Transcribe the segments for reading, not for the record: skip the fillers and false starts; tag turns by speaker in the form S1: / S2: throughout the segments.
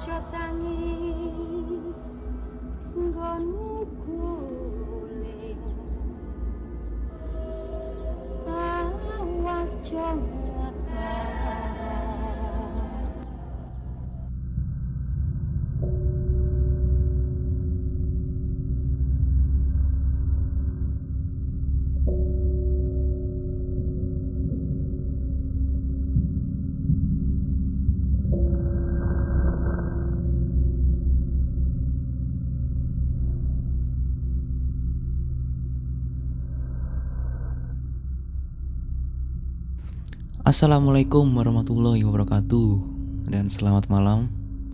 S1: aja tangi nggonmu guling awas jonga.
S2: Assalamualaikum warahmatullahi wabarakatuh. Dan selamat malam.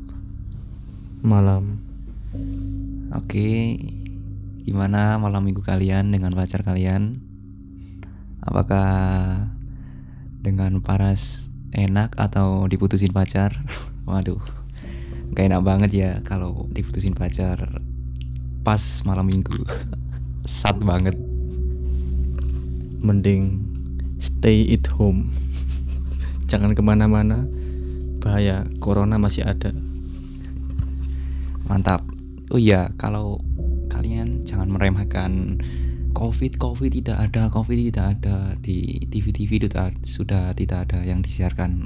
S2: Oke, gimana malam minggu kalian dengan pacar kalian? Apakah dengan paras enak atau diputusin pacar? Waduh, gak enak banget ya kalau diputusin pacar pas malam minggu. Sad banget.
S3: Mending stay at home. Jangan kemana-mana, bahaya corona masih ada.
S2: Mantap. Oh iya, kalau kalian jangan meremehkan COVID tidak ada di TV sudah tidak ada yang disiarkan.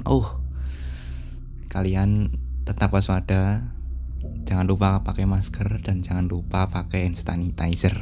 S2: Kalian tetap waspada. Jangan lupa pakai masker dan jangan lupa pakai hand sanitizer.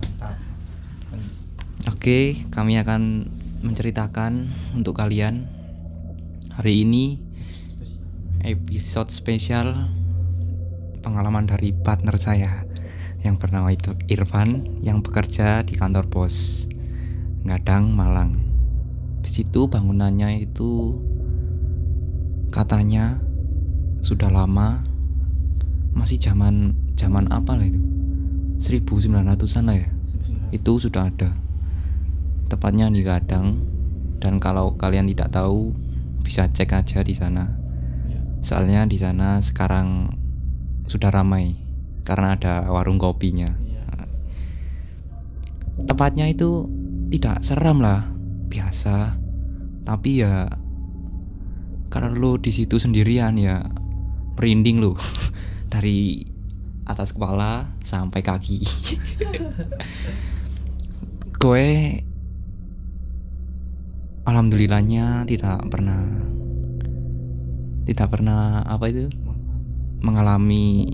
S2: Oke, kami akan menceritakan untuk kalian hari ini episode spesial pengalaman dari partner saya yang bernama itu Irfan, yang bekerja di kantor pos Ngadang, Malang. Di situ bangunannya itu katanya sudah lama, masih zaman apa lah itu, 1900-an lah ya. Itu sudah ada. Tepatnya di Ngadang. Dan kalau kalian tidak tahu, bisa cek aja di sana. Soalnya di sana sekarang sudah ramai karena ada warung kopinya. Tempatnya itu tidak seram lah, biasa. Tapi ya karena lo di situ sendirian ya merinding lo dari atas kepala sampai kaki. Gue alhamdulillahnya tidak pernah mengalami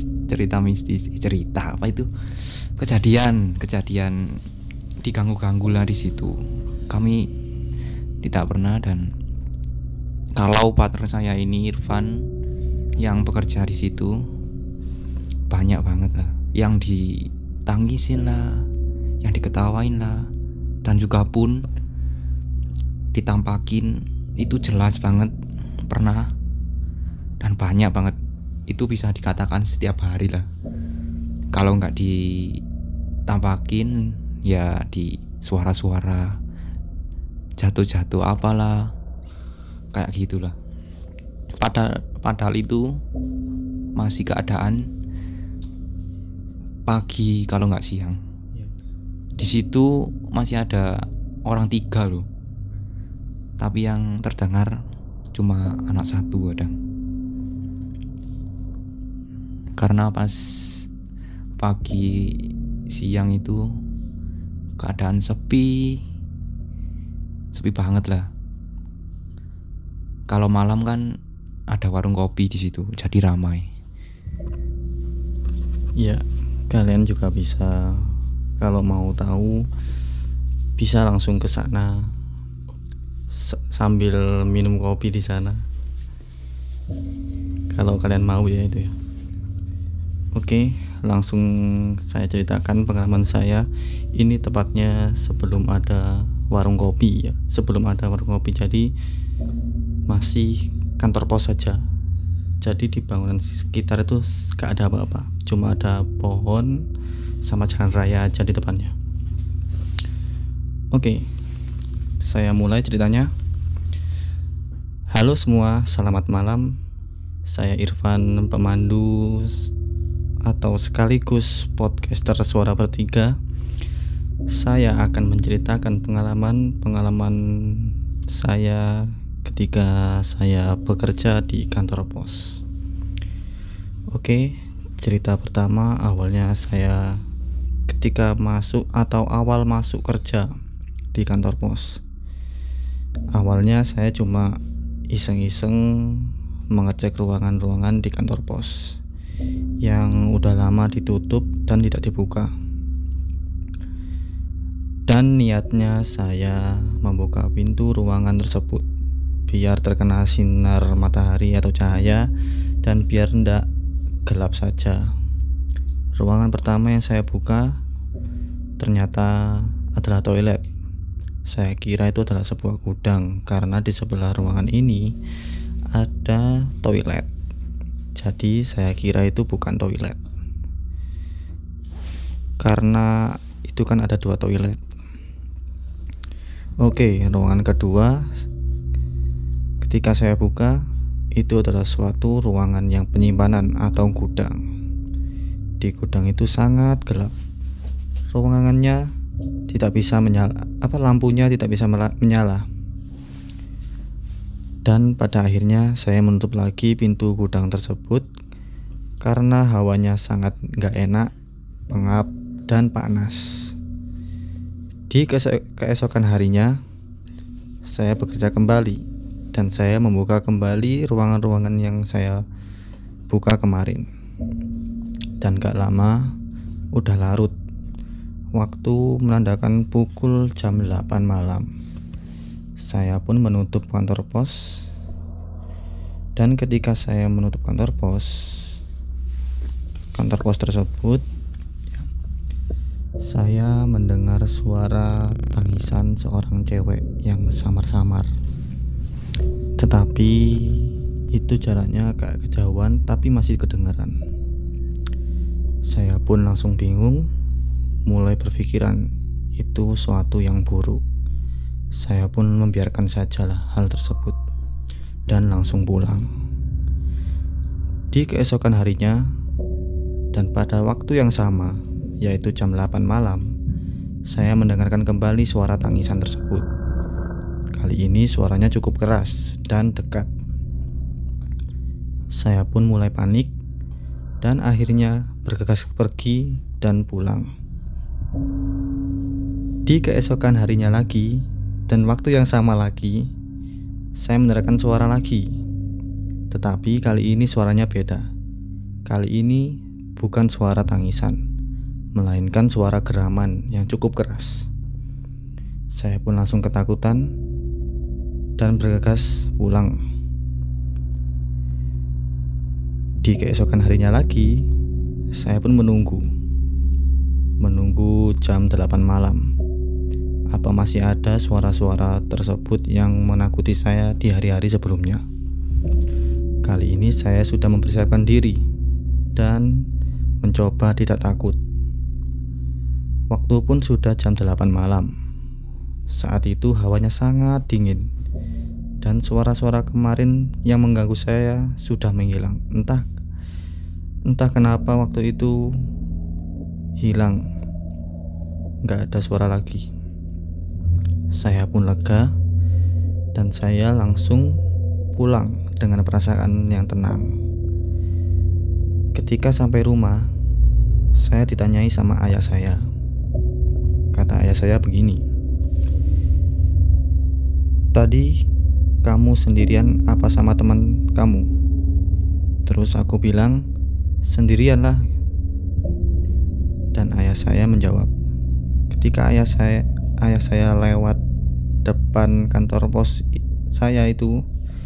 S2: kejadian diganggu-ganggu lah di situ. Kami tidak pernah. Dan kalau partner saya ini Irfan yang bekerja di situ, banyak banget lah yang ditangisin lah, yang diketawain lah, dan juga pun ditampakin. Itu jelas banget pernah dan banyak banget. Itu bisa dikatakan setiap hari lah. Kalau nggak ditampakin ya di suara-suara jatuh-jatuh apalah, kayak gitulah. Padahal itu masih keadaan pagi kalau nggak siang. Di situ masih ada orang 3 loh. Tapi yang terdengar cuma anak 1 kadang. Karena pas pagi siang itu keadaan sepi banget lah. Kalau malam kan ada warung kopi di situ, jadi ramai.
S3: Ya, kalian juga bisa, kalau mau tahu bisa langsung ke sana sambil minum kopi di sana. Kalau kalian mau ya itu ya. Oke, langsung saya ceritakan pengalaman saya. Ini tepatnya sebelum ada warung kopi ya. Jadi masih kantor pos saja. Jadi di bangunan sekitar itu gak ada apa-apa. Cuma ada pohon sama jalan raya aja di depannya. Oke, saya mulai ceritanya. Halo semua, selamat malam. Saya Irfan, pemandu atau sekaligus podcaster suara bertiga. Saya akan menceritakan pengalaman saya ketika saya bekerja di kantor pos. Oke, cerita pertama awalnya saya ketika awal masuk kerja di kantor pos. Awalnya saya cuma iseng-iseng mengecek ruangan-ruangan di kantor pos yang udah lama ditutup dan tidak dibuka. Dan niatnya saya membuka pintu ruangan tersebut biar terkena sinar matahari atau cahaya dan biar tidak gelap saja. Ruangan pertama yang saya buka ternyata adalah toilet. Saya kira itu adalah sebuah gudang karena di sebelah ruangan ini ada toilet. Jadi saya kira itu bukan toilet. Karena itu kan ada 2 toilet. Oke, ruangan kedua ketika saya buka itu adalah suatu ruangan yang penyimpanan atau gudang. Di gudang itu sangat gelap. Ruangannya tidak bisa menyala, lampunya tidak bisa menyala. Dan pada akhirnya saya menutup lagi pintu gudang tersebut karena hawanya sangat gak enak, pengap, dan panas. Di keesokan harinya saya bekerja kembali dan saya membuka kembali ruangan-ruangan yang saya buka kemarin. Dan gak lama udah larut. Waktu menandakan pukul jam 8 malam. Saya pun menutup kantor pos. Dan ketika saya menutup kantor pos tersebut, saya mendengar suara tangisan seorang cewek yang samar-samar. Tetapi itu jaraknya agak kejauhan tapi masih kedengaran. Saya pun langsung bingung, mulai berpikiran itu suatu yang buruk. Saya pun membiarkan sajalah hal tersebut dan langsung pulang. Di keesokan harinya dan pada waktu yang sama, yaitu jam 8 malam, saya mendengarkan kembali suara tangisan tersebut. Kali ini suaranya cukup keras dan dekat. Saya pun mulai panik dan akhirnya bergegas pergi dan pulang. Di keesokan harinya lagi dan waktu yang sama lagi, saya mendengarkan suara lagi. Tetapi kali ini suaranya beda. Kali ini bukan suara tangisan, melainkan suara geraman yang cukup keras. Saya pun langsung ketakutan dan bergegas pulang. Di keesokan harinya lagi, saya pun menunggu jam 8 malam. Apa masih ada suara-suara tersebut yang menakuti saya di hari-hari sebelumnya? Kali ini saya sudah mempersiapkan diri dan mencoba tidak takut. Waktu pun sudah jam 8 malam. Saat itu hawanya sangat dingin dan suara-suara kemarin yang mengganggu saya sudah menghilang. Entah kenapa waktu itu hilang, gak ada suara lagi. Saya pun lega dan saya langsung pulang dengan perasaan yang tenang. Ketika sampai rumah, saya ditanyai sama ayah saya. Kata ayah saya begini, "Tadi kamu sendirian apa sama teman kamu?" Terus aku bilang, "Sendirian lah." Dan ayah saya menjawab, ketika ayah saya lewat depan kantor pos saya itu,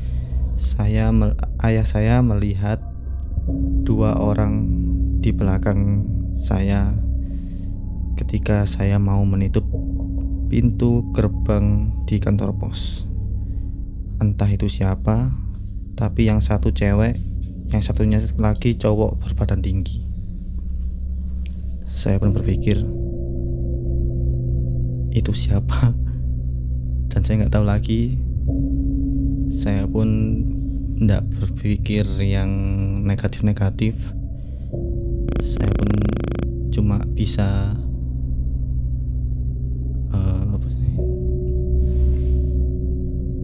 S3: ayah saya melihat 2 orang di belakang saya ketika saya mau menutup pintu gerbang di kantor pos. Entah itu siapa, tapi yang satu cewek, yang satunya lagi cowok berbadan tinggi. Saya pun berpikir, itu siapa? Dan saya nggak tahu lagi. Saya pun nggak berpikir yang negatif-negatif. Saya pun cuma bisa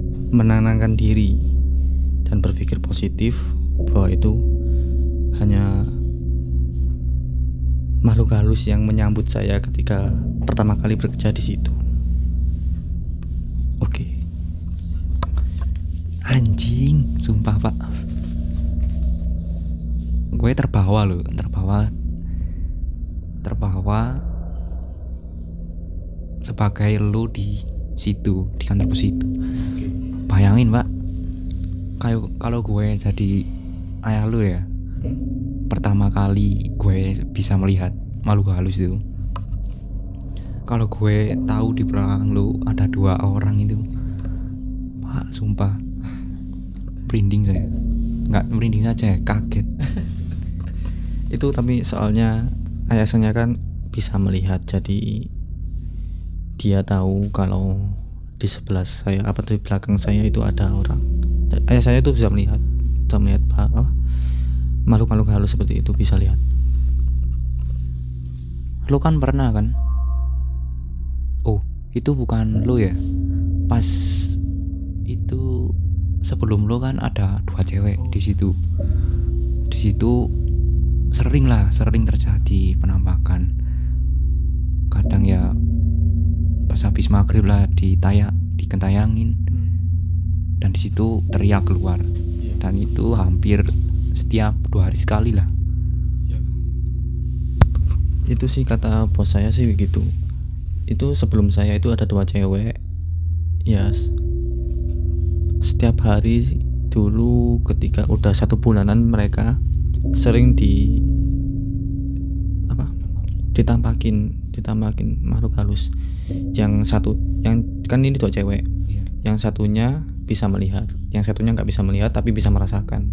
S3: menenangkan diri dan berpikir positif bahwa itu hanya makhluk halus yang menyambut saya ketika pertama kali bekerja di situ. Oke.
S2: Anjing, sumpah pak. Gue terbawa sebagai lu di situ, di kantor pos itu. Bayangin pak, kalau gue jadi ayah lu ya, pertama kali gue bisa melihat makhluk halus itu. Kalau gue tahu di belakang lu ada 2 orang itu, pak, sumpah merinding saya. Nggak merinding saja ya, kaget.
S3: Itu tapi soalnya ayah saya kan bisa melihat, jadi dia tahu kalau di sebelah saya di belakang saya itu ada orang. Ayah saya itu bisa melihat makhluk-makhluk halus seperti itu, bisa lihat.
S2: Lu kan pernah kan? Oh, itu bukan lu ya? Pas itu sebelum lu kan ada 2 cewek di situ. Di situ sering terjadi penampakan. Kadang ya pas habis maghrib lah dikentayangin. Dan di situ teriak keluar. Dan itu hampir setiap 2 hari sekali lah.
S3: Itu sih kata bos saya sih begitu. Itu sebelum saya itu ada 2 cewek. Ya, setiap hari dulu ketika udah 1 bulanan mereka sering ditampakin makhluk halus. Yang kan ini 2 cewek. Yang satunya bisa melihat, yang satunya nggak bisa melihat tapi bisa merasakan.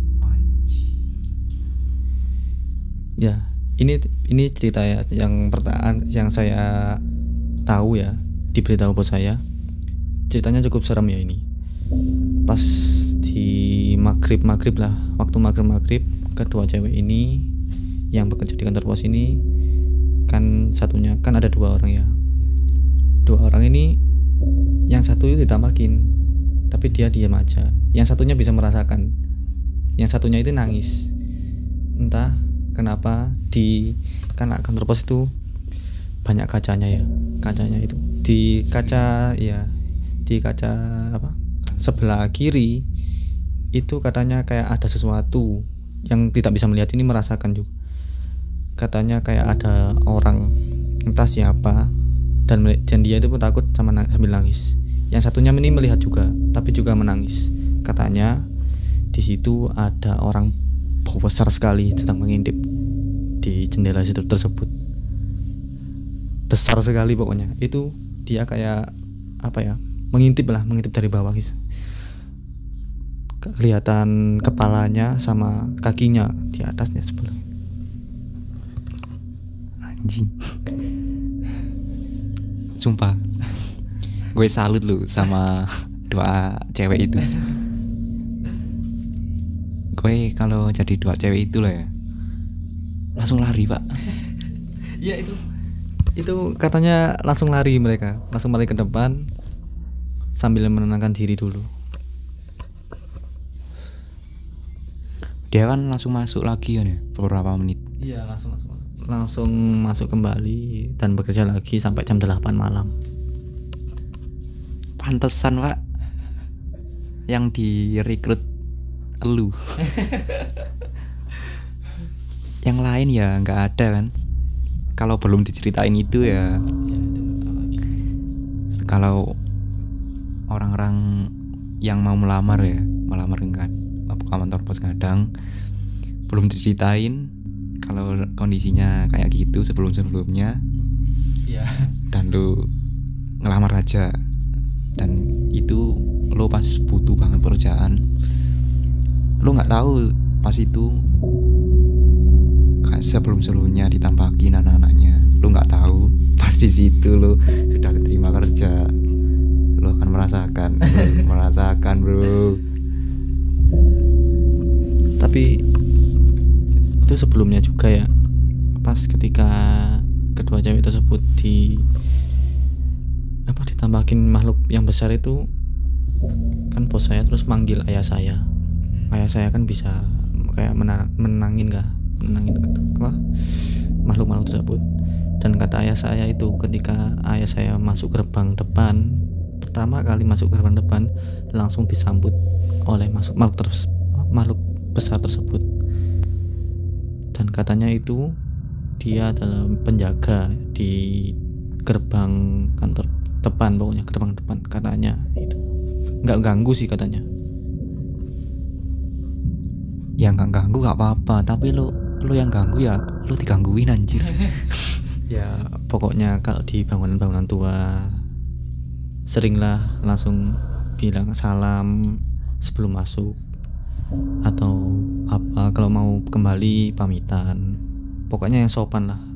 S3: Ya, ini cerita ya, yang pertanyaan yang saya tahu ya, diberitahu bos saya. Ceritanya cukup serem ya ini. Pas di maghrib lah, waktu maghrib kedua cewek ini yang bekerja di kantor pos ini, kan satunya kan ada 2 orang ya. 2 orang ini, yang satu itu ditampakin tapi dia diam aja. Yang satunya bisa merasakan. Yang satunya itu nangis. Entah kenapa kan kantor pos itu banyak kacanya ya. Kacanya itu di kaca sebelah kiri itu katanya kayak ada sesuatu yang tidak bisa melihat ini merasakan juga. Katanya kayak ada orang, entah siapa, dan dia itu pun takut sambil nangis. Yang satunya ini melihat juga, tapi juga menangis. Katanya di situ ada orang besar sekali sedang mengintip di jendela situ tersebut. Besar sekali pokoknya. Itu dia kayak mengintip dari bawah gitu. Kelihatan kepalanya sama kakinya di atasnya sebelah.
S2: Anjing. Sumpah, gue salut lu sama 2 cewek itu. Gue kalau jadi 2 cewek itu lah ya, langsung lari pak.
S3: Iya itu katanya langsung lari mereka, langsung lari ke depan sambil menenangkan diri dulu.
S2: Dia kan langsung masuk lagi kan ya, beberapa menit. Iya,
S3: langsung masuk kembali dan bekerja lagi sampai jam 8 malam.
S2: Pantesan pak, yang direkrut elu. Yang lain ya nggak ada kan. Kalau belum diceritain itu ya, kalau orang-orang yang mau melamar kan kantor pos kadang belum diceritain kalau kondisinya kayak gitu sebelumnya ya. Dan lu ngelamar aja, dan itu lu pas butuh banget pekerjaan, lu nggak tahu pas itu sebelumnya ditampakin anak-anaknya, lu nggak tahu pas di situ lu sudah diterima kerja, lu akan merasakan bro.
S3: Tapi itu sebelumnya juga ya, pas ketika kedua cewek tersebut ditambahin makhluk yang besar itu, kan bos saya terus manggil ayah saya kan bisa kayak menenangin makhluk tersebut. Dan kata ayah saya itu, ketika ayah saya masuk gerbang depan, pertama kali masuk gerbang depan, langsung disambut oleh makhluk besar tersebut. Dan katanya itu dia adalah penjaga di gerbang kantor depan, pokoknya gerbang depan katanya itu. Nggak ganggu sih katanya.
S2: Ya nggak ganggu nggak apa-apa, tapi lo yang ganggu ya lo digangguin anjir.
S3: Ya pokoknya kalau di bangunan-bangunan tua seringlah langsung bilang salam sebelum masuk, atau apa kalau mau kembali pamitan, pokoknya yang sopan lah.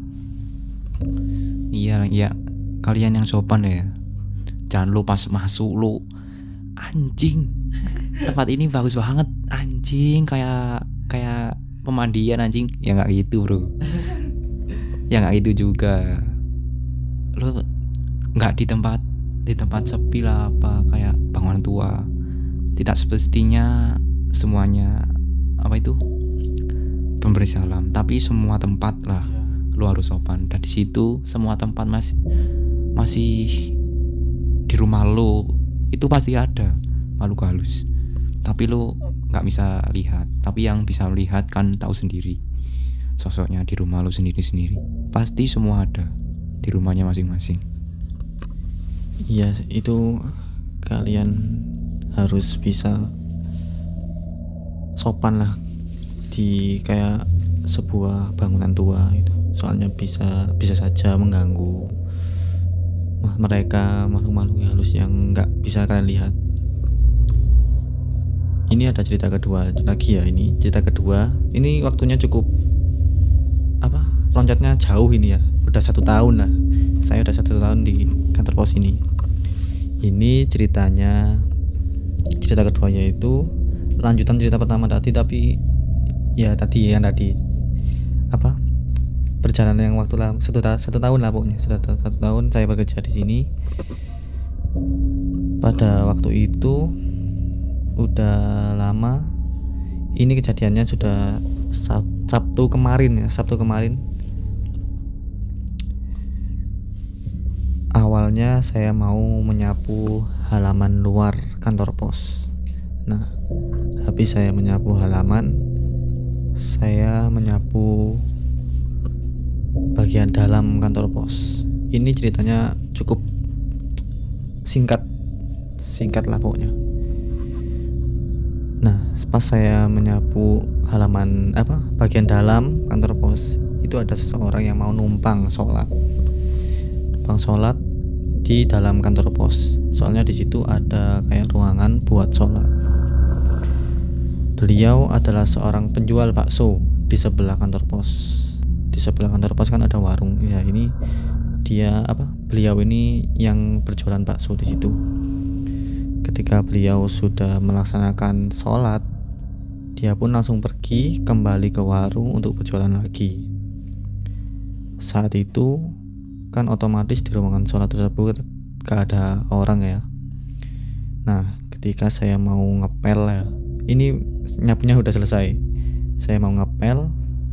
S2: Iya kalian yang sopan ya. Jangan lo pas masuk lo anjing, tempat ini bagus banget anjing, kayak pemandian anjing. Ya nggak gitu bro. Ya nggak gitu juga. Lo nggak di tempat sepi lah, apa kayak bangunan tua. Tidak semestinya semuanya memberi salam, tapi semua tempat lah lo harus sopan. Dan di situ semua tempat masih di rumah lo itu pasti ada makhluk halus, tapi lo nggak bisa lihat. Tapi yang bisa melihat kan tahu sendiri sosoknya di rumah lo sendiri. Pasti semua ada di rumahnya masing-masing.
S3: Iya, itu kalian harus bisa sopan lah di kayak sebuah bangunan tua itu. Soalnya bisa saja mengganggu mereka, makhluk-makhluk halus yang nggak bisa kalian lihat. Ini ada cerita kedua lagi ya. Ini cerita kedua, ini waktunya cukup loncatnya jauh ini ya, udah 1 tahun lah. Saya udah 1 tahun di kantor pos ini. Ini cerita kedua, yaitu lanjutan cerita pertama tadi, tapi ya tadi perjalanan yang waktu lah 1 tahun lah pokoknya. Sudah 1 tahun saya bekerja di sini. Pada waktu itu udah lama. Ini kejadiannya sudah Sabtu kemarin. Awalnya saya mau menyapu halaman luar kantor pos. Nah, habis saya menyapu halaman, saya menyapu bagian dalam kantor pos. Ini ceritanya cukup singkat lah pokoknya. Nah, pas saya menyapu halaman bagian dalam kantor pos, itu ada seseorang yang mau numpang sholat di dalam kantor pos. Soalnya di situ ada kayak ruangan buat sholat. Beliau adalah seorang penjual bakso di sebelah kantor pos. Di sebelah kantor pos kan ada warung. Ya, ini dia beliau ini yang berjualan bakso di situ. Ketika beliau sudah melaksanakan sholat, dia pun langsung pergi kembali ke warung untuk berjualan lagi. Saat itu kan otomatis di ruangan sholat tersebut gak ada orang ya. Nah, ketika saya mau ngepel ya, ini nyapunya udah selesai, saya mau ngepel,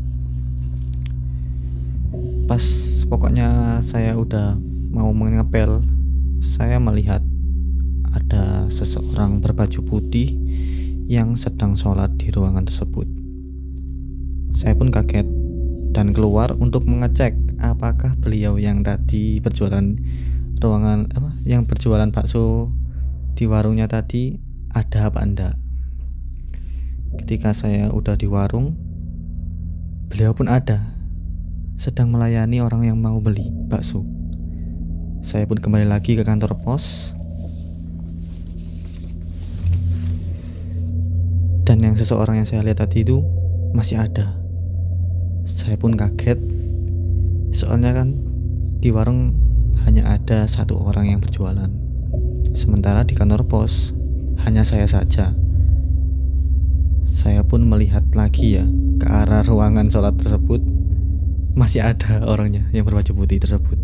S3: pas pokoknya saya udah mau mengepel, saya melihat ada seseorang berbaju putih yang sedang sholat di ruangan tersebut. Saya pun kaget dan keluar untuk mengecek apakah beliau yang tadi berjualan yang berjualan bakso di warungnya tadi ada apa enggak. Ketika saya udah di warung, beliau pun ada, sedang melayani orang yang mau beli bakso. Saya pun kembali lagi ke kantor pos, dan yang seseorang yang saya lihat tadi itu masih ada. Saya pun kaget, soalnya kan di warung hanya ada 1 orang yang berjualan, sementara di kantor pos hanya saya saja. Saya pun melihat lagi ya ke arah ruangan sholat tersebut, masih ada orangnya yang berbaju putih tersebut.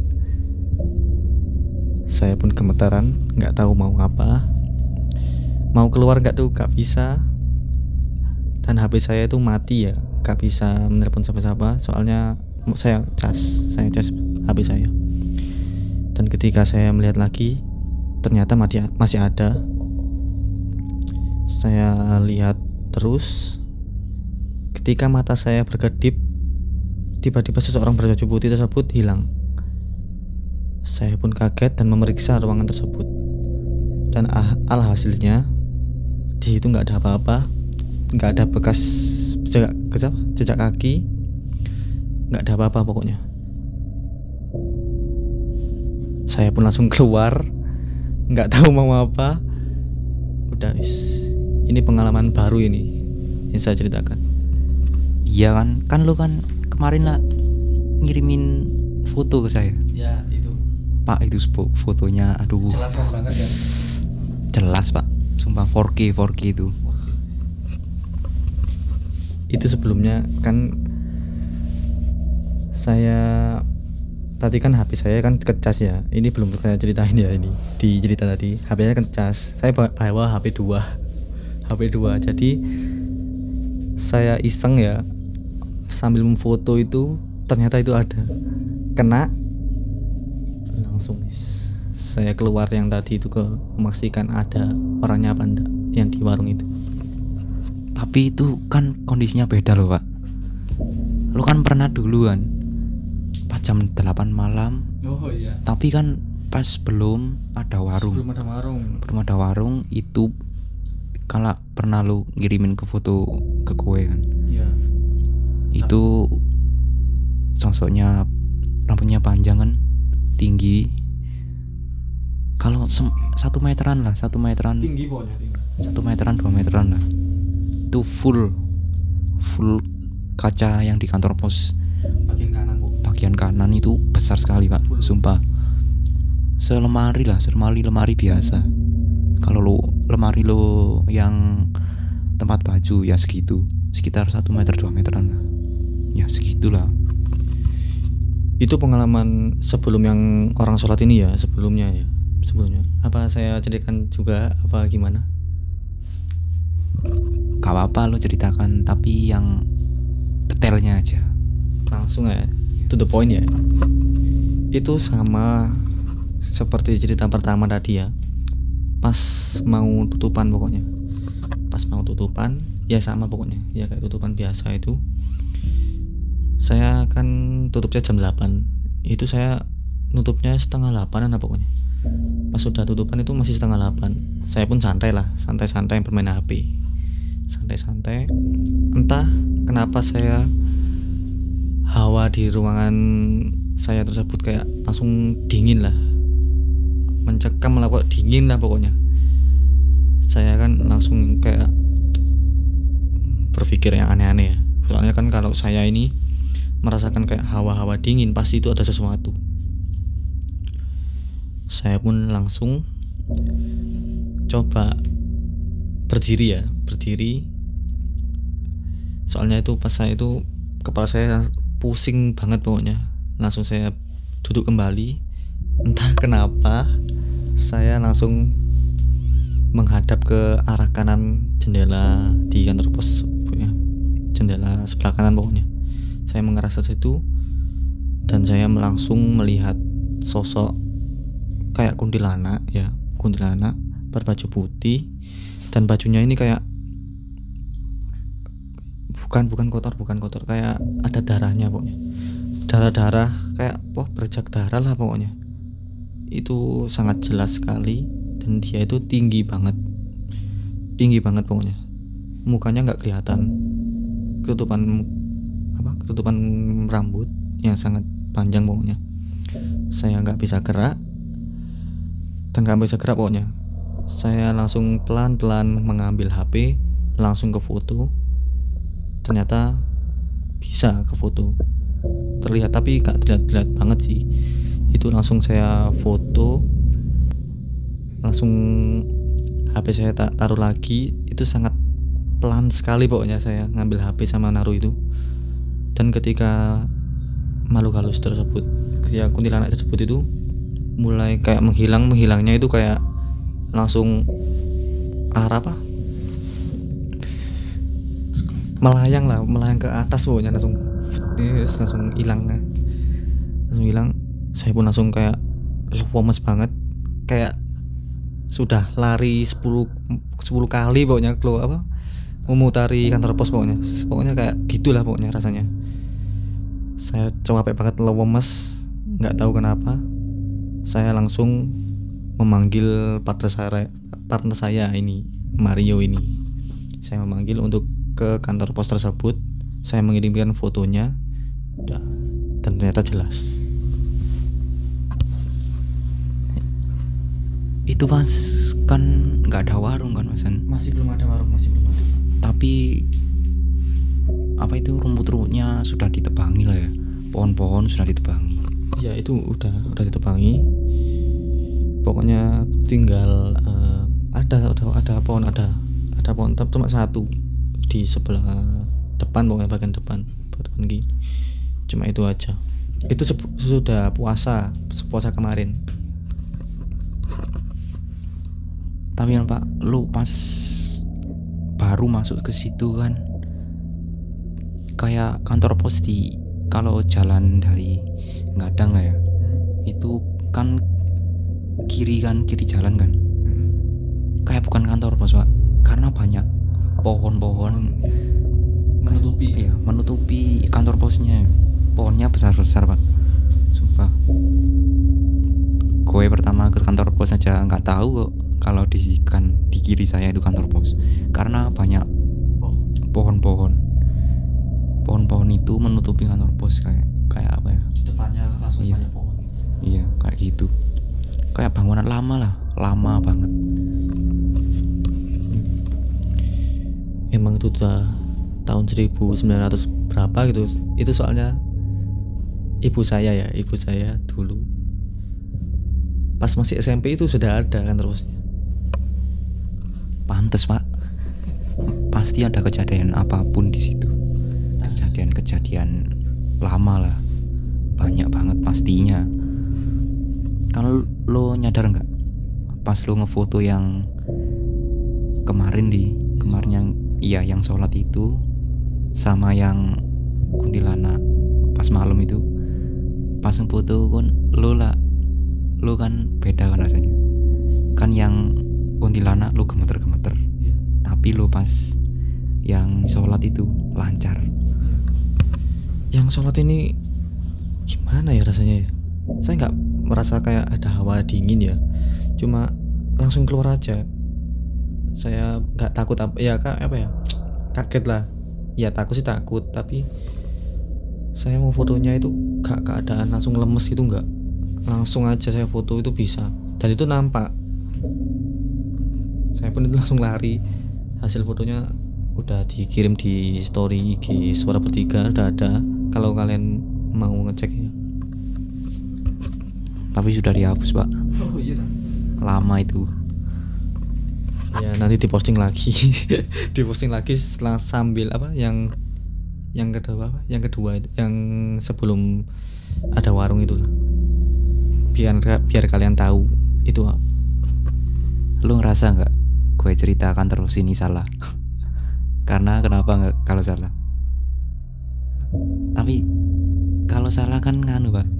S3: Saya pun gemetaran, gak tahu mau apa, mau keluar gak bisa. Dan HP saya itu mati ya, gak bisa menelepon siapa-siapa, soalnya saya cas HP saya. Dan ketika saya melihat lagi, ternyata masih ada. Saya lihat terus. Ketika mata saya berkedip, tiba-tiba seseorang berbaju putih tersebut hilang. Saya pun kaget dan memeriksa ruangan tersebut. Dan alhasilnya di situ nggak ada apa-apa, nggak ada bekas jejak kaki, nggak ada apa-apa pokoknya. Saya pun langsung keluar, nggak tahu mau apa. Udah wis, ini pengalaman baru ini yang saya ceritakan.
S2: Iya kan lu kan kemarin lah ngirimin foto ke saya.
S3: Ya itu.
S2: Pak, itu fotonya aduh
S3: Jelaskan banget ya.
S2: jelas Pak, sumpah 4K itu.
S3: Itu sebelumnya kan saya tadi kan HP saya kan kecas ya. Ini belum saya ceritain ya, ini di cerita tadi HP saya kecas. Saya bawa HP 2. Jadi saya iseng ya, sambil memfoto itu ternyata itu ada kena, langsung saya keluar yang tadi itu ke memastikan ada orangnya apa enggak yang di warung itu.
S2: Tapi itu kan kondisinya beda loh Pak. Lu kan pernah dulu kan pas jam 8 malam.
S3: Oh iya.
S2: Tapi kan pas belum ada warung. Belum ada warung itu kalau pernah lu ngirimin ke foto ke gue kan.
S3: Iya.
S2: Itu sosoknya rambutnya panjang kan, tinggi. Kalau 1 meteran lah, 1 meteran.
S3: Tinggi pokoknya tinggi.
S2: 1 meteran 2 meteran lah. Itu full kaca yang di kantor pos bagian kanan itu besar sekali Pak, sumpah. Selemari lemari biasa. Kalau lemari lo yang tempat baju ya segitu, sekitar 1 meter 2 meteran lah. Ya segitulah.
S3: Itu pengalaman sebelum yang orang sholat ini ya, sebelumnya. Apa saya ceritakan juga apa gimana?
S2: Gak apa-apa lo ceritakan, tapi yang detailnya aja.
S3: Langsung ya, to the point ya. Itu sama seperti cerita pertama tadi ya. Pas mau tutupan pokoknya. Pas mau tutupan ya sama pokoknya. Ya kayak tutupan biasa itu. Saya kan tutupnya jam 8. Itu saya nutupnya setengah 8an pokoknya. Pas sudah tutupan itu masih setengah 8. Saya pun santai bermain HP. Santai. Entah kenapa saya hawa di ruangan saya tersebut kayak langsung dingin lah. Mencekam lah, kok dingin lah pokoknya. Saya kan langsung kayak berpikir yang aneh-aneh ya. Soalnya kan kalau saya ini merasakan kayak hawa-hawa dingin, pasti itu ada sesuatu. Saya pun langsung coba berdiri. Soalnya itu pas saya itu kepala saya pusing banget pokoknya. Langsung saya duduk kembali. Entah kenapa saya langsung menghadap ke arah kanan jendela di kantor pos pokoknya. Jendela sebelah kanan pokoknya. Saya mengarah ke situ dan saya langsung melihat sosok kayak kuntilanak berbaju putih, dan bajunya ini kayak bukan kotor kayak ada darahnya pokoknya. Darah kayak berjak darah lah pokoknya. Itu sangat jelas sekali, dan dia itu tinggi banget pokoknya. Mukanya nggak kelihatan, ketutupan rambut yang sangat panjang pokoknya. Saya nggak bisa gerak pokoknya. Saya langsung pelan-pelan mengambil HP, langsung ke foto. Ternyata bisa ke foto, terlihat, tapi gak terlihat banget sih. Itu langsung saya foto, langsung HP saya taruh lagi. Itu sangat pelan sekali pokoknya saya ngambil HP sama naruh itu. Dan ketika makhluk halus tersebut, ketika kuntilanak tersebut itu mulai kayak menghilangnya itu kayak langsung melayang ke atas pokoknya, langsung hilang. Saya pun langsung kayak lemes banget, kayak sudah lari 10 kali pokoknya memutari kantor pos pokoknya kayak gitulah pokoknya rasanya. Saya capek banget, lemes, nggak tahu kenapa. Saya langsung memanggil partner saya ini, Mario ini. Saya memanggil untuk ke kantor pos tersebut. Saya mengirimkan fotonya dan ternyata jelas.
S2: Itu pas kan nggak ada warung kan Masan?
S3: Masih belum ada warung, masih belum ada.
S2: Tapi apa itu rumput-rumputnya sudah ditebangi lah ya, pohon-pohon sudah ditebangi.
S3: Ya itu udah ditebangi. Pokoknya tinggal ada pohon cuma satu di sebelah depan, pokoknya bagian depan gini. Cuma itu aja. Itu sudah puasa kemarin.
S2: Tapi kan Pak, lu pas baru masuk ke situ kan, kayak kantor pos di kalau jalan dari Ngadang lah ya, itu kan kiri jalan kan, kayak bukan kantor pos Pak, karena banyak pohon-pohon menutupi kantor posnya. Pohonnya besar-besar Pak, sumpah. Gue pertama ke kantor pos aja nggak tahu kok kalau di kiri saya itu kantor pos, karena banyak pohon-pohon itu menutupi kantor pos, kayak apa ya,
S3: Di depannya langsung
S2: Iya.
S3: banyak pohon.
S2: iya kayak gitu, kayak bangunan lama banget.
S3: Emang itu udah tahun 1900 berapa gitu. Itu soalnya ibu saya dulu pas masih SMP itu sudah ada kantor posnya.
S2: Pantes Pak, pasti ada kejadian apapun di situ, kejadian lama lah, banyak banget pastinya. Kalau lo nyadar nggak pas lo ngefoto yang kemarin yang sholat itu sama yang kuntilanak pas malam itu, pas ngefoto kan lo kan beda kan rasanya kan. Yang kuntilanak lo gemeter-gemeter, tapi lo pas yang sholat itu lancar.
S3: Yang sholat ini gimana ya rasanya ya? Saya nggak merasa kayak ada hawa dingin ya, cuma langsung keluar aja. Saya nggak takut kaget lah ya, takut sih takut, tapi saya mau fotonya itu gak keadaan langsung lemes gitu, nggak, langsung aja saya foto itu bisa, dan itu nampak. Saya pun itu langsung lari. Hasil fotonya udah dikirim di story IG Suara Bertiga, udah ada kalau kalian mau ngecek ya.
S2: Tapi sudah dihapus Pak,
S3: Oh iya.
S2: lama itu.
S3: Ya nanti diposting lagi. Diposting lagi setelah sambil yang kedua itu, yang sebelum ada warung itu lah. Biar kalian tahu itu apa.
S2: Lu ngerasa nggak gue ceritakan terus ini salah? Karena kenapa nggak kalau salah? Tapi kalau salah kan nganu Pak,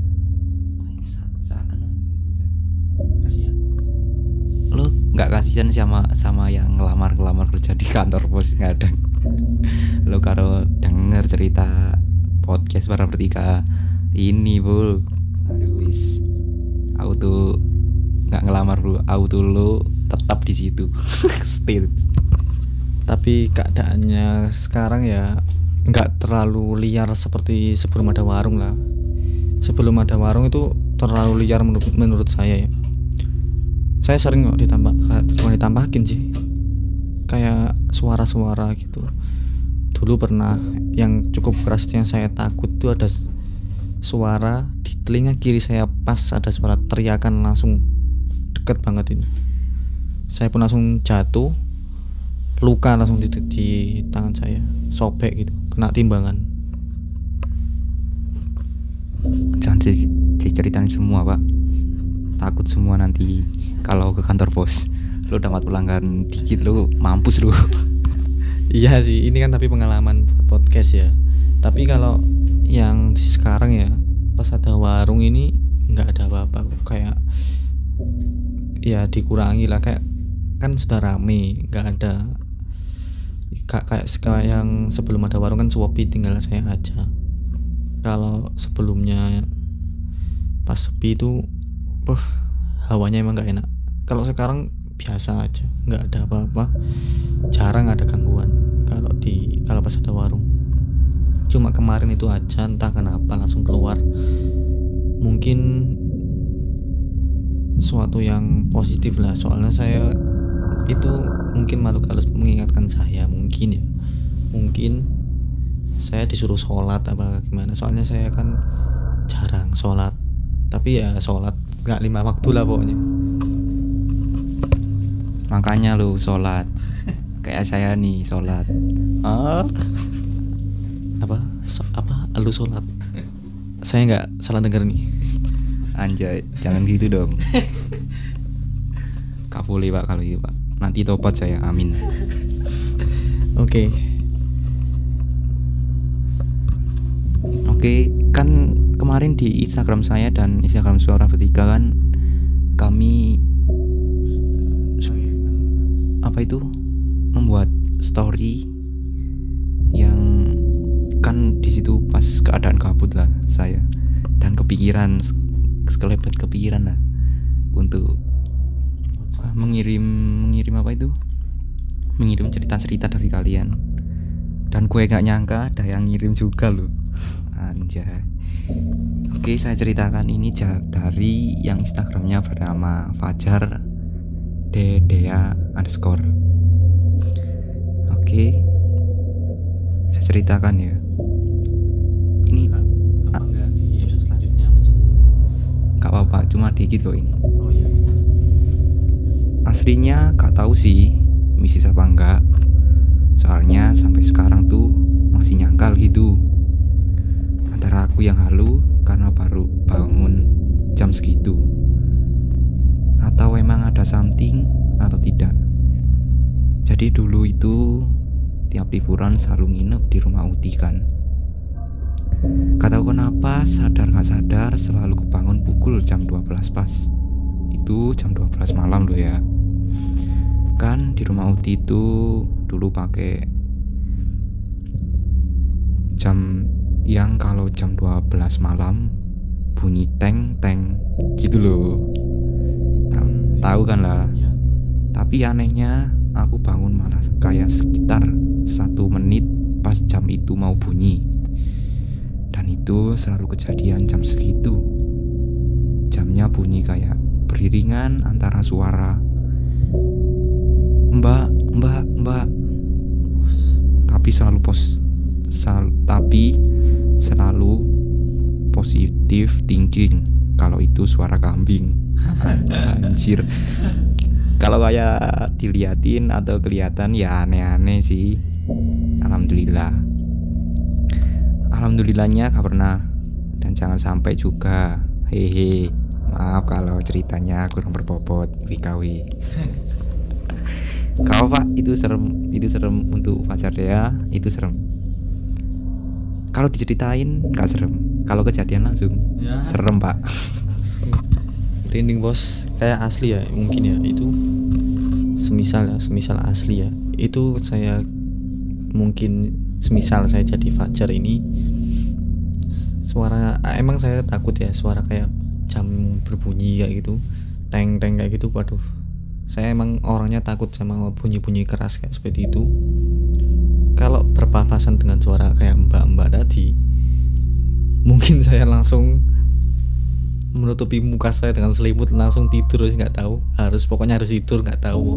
S3: Kasihan.
S2: lu nggak kasihan sama yang ngelamar kerja di kantor pos Ngadang. Lu kalau denger cerita podcast Para Bertiga ini Bul, aduh wis, aku tuh nggak ngelamar bro, aku tuh lu tetap di situ. Still.
S3: Tapi keadaannya sekarang ya nggak terlalu liar seperti sebelum ada warung lah. Sebelum ada warung itu terlalu liar menurut saya ya. Saya sering kok ditampakin sih, kayak suara-suara gitu. Dulu pernah yang cukup keras yang saya takut tuh, ada suara di telinga kiri saya, pas ada suara teriakan langsung deket banget ini. Saya pun langsung jatuh, luka langsung di tangan saya, sobek gitu, kena timbangan.
S2: Jangan diceritain semua Pak, takut semua nanti kalau ke kantor pos lu dapat pelanggan dikit lu mampus lu.
S3: Iya sih, ini kan tapi pengalaman buat podcast ya. Tapi kalau yang sekarang ya, pas ada warung ini ya dikurangi lah, kayak kan sudah rame, nggak ada kayak yang sebelum ada warung kan sepi, tinggal saya aja. Kalau sebelumnya pas sepi itu hawanya emang nggak enak. Kalau sekarang biasa aja, nggak ada apa-apa, jarang ada gangguan kalau pas ada warung. Cuma kemarin itu aja entah kenapa langsung keluar, mungkin suatu yang positif lah, soalnya saya itu mungkin makhluk halus mengingatkan saya, mungkin saya disuruh sholat apa gimana, soalnya saya kan jarang sholat, tapi ya sholat nggak 5 waktu lah pokoknya.
S2: Makanya lu sholat kayak saya nih sholat.
S3: Apa lu sholat? Saya nggak salah dengar nih.
S2: Anjay, jangan gitu dong. Gak boleh pak kalau gitu pak, nanti tobat saya, amin.
S3: Oke,
S2: kan kemarin di Instagram saya dan Instagram Suara Bertiga kan kami membuat story yang kan di situ pas keadaan kabut lah saya, dan kepikiran sekelebat kepikiran lah untuk mengirim cerita-cerita dari kalian, dan gue gak nyangka ada yang ngirim juga loh. Anjay. Oke, saya ceritakan ini dari yang Instagramnya bernama Fajar Dedea _ Oke, saya ceritakan ya. Ini
S3: enggak di episode selanjutnya apa sih?
S2: Gak apa-apa, cuma dikit kok ini.
S3: Oh iya.
S2: Aslinya gak tahu sih misis apa enggak, soalnya sampai sekarang tuh masih nyangkal gitu. Antara aku yang halu karena baru bangun jam segitu, atau emang ada something atau tidak. Jadi dulu itu tiap liburan selalu nginep di rumah Uti kan. Gak tahu kenapa, sadar gak sadar selalu kebangun pukul jam 12 pas. Itu jam 12 malam loh ya. Kan di rumah Uti itu dulu pakai jam yang kalau jam 12 malam bunyi teng gitu loh. Tahu kan lah. Tapi anehnya aku bangun malah kayak sekitar 1 menit pas jam itu mau bunyi. Dan itu selalu kejadian jam segitu. Jamnya bunyi kayak beriringan antara suara Mbak. Tapi selalu positif thinking kalau itu suara kambing. Anjir. Kalau kayak diliatin atau kelihatan ya aneh-aneh sih. Alhamdulillahnya gak pernah, dan jangan sampai juga. Hehe. Maaf kalau ceritanya kurang berbobot. WKW. Kalau pak itu serem untuk Fajar Dea, itu serem. Kalau diceritain nggak serem, kalau kejadian langsung ya, serem pak.
S3: Merinding bos, kayak asli ya mungkin ya, itu semisal asli ya, itu saya mungkin semisal saya jadi Fajar ini, suara emang saya takut ya, suara kayak jam berbunyi kayak gitu, teng kayak gitu, waduh, saya emang orangnya takut sama bunyi keras kayak seperti itu. Kalau berpapasan dengan suara kayak mbak tadi, mungkin saya langsung menutupi muka saya dengan selimut, langsung tidur, nggak tahu, pokoknya harus tidur, nggak tahu.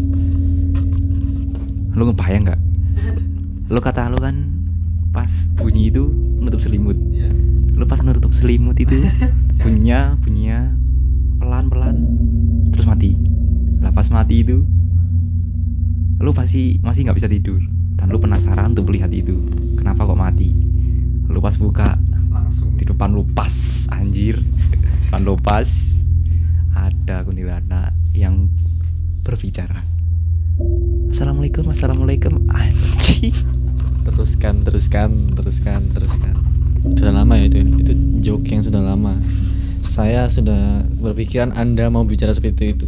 S2: Lu ngebayang nggak? Lu kata lu kan pas bunyi itu menutup selimut. Lu pas menutup selimut itu bunyinya pelan terus mati. Lah pas mati itu lu masih nggak bisa tidur, dan lu penasaran untuk melihat itu kenapa kok mati. Lu pas buka langsung di depan lu pas, anjir, depan lu pas ada kuntilanak yang berbicara. Assalamualaikum anjir. Teruskan.
S3: Sudah lama ya itu joke yang sudah lama. Saya sudah berpikiran Anda mau bicara seperti itu.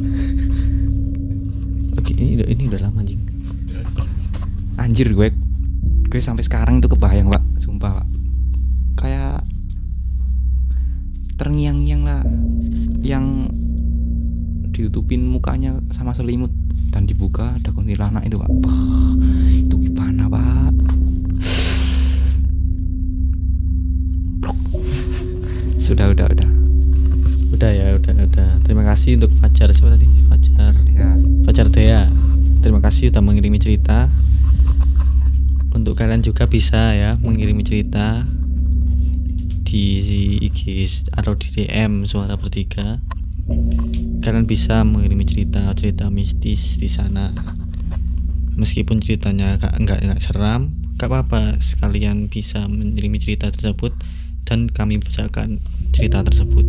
S3: Oke, ini udah lama anjing.
S2: Anjir gue sampai sekarang itu kebayang pak, sumpah pak, kayak terngiang-ngiang lah, yang ditutupin mukanya sama selimut dan dibuka ada kuntilanak itu pak. Itu gimana pak? Sudah
S3: Udah. Terima kasih untuk Fajar, siapa tadi? Fajar Dea. Terima kasih sudah mengirimi cerita. Untuk kalian juga bisa ya mengirimi cerita di IG atau di DM Suara Bertiga. Kalian bisa mengirimi cerita mistis di sana. Meskipun ceritanya nggak seram, nggak apa-apa. Sekalian bisa mengirimi cerita tersebut dan kami bacakan cerita tersebut.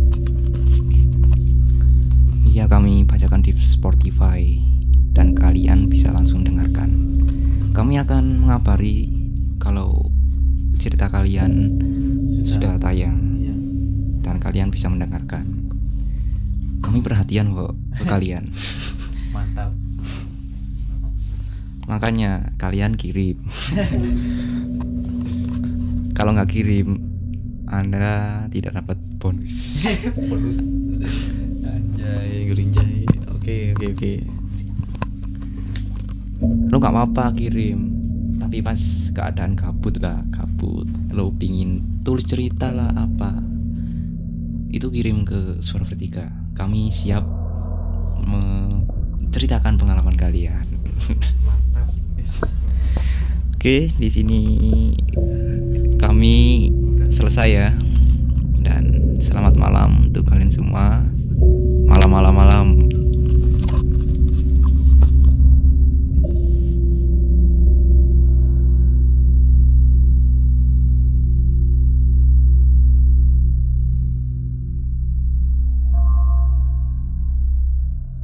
S2: Iya, kami bacakan di Spotify dan kalian bisa langsung dengarkan. Kami akan mengabari kalau cerita kalian sudah tayang dan kalian bisa mendengarkan. Kami perhatian kok ke kalian.
S3: Mantap.
S2: Makanya kalian kirim. Kalau nggak kirim, Anda tidak dapat bonus.
S3: Anjay, gurinjay. Oke.
S2: Lo nggak apa-apa kirim, tapi pas keadaan gabut, lo pingin tulis cerita lah apa, itu kirim ke Suara Bertiga. Kami siap menceritakan pengalaman kalian.
S3: Mantap.
S2: Oke, di sini kami selesai ya. Dan selamat malam untuk kalian semua. Malam.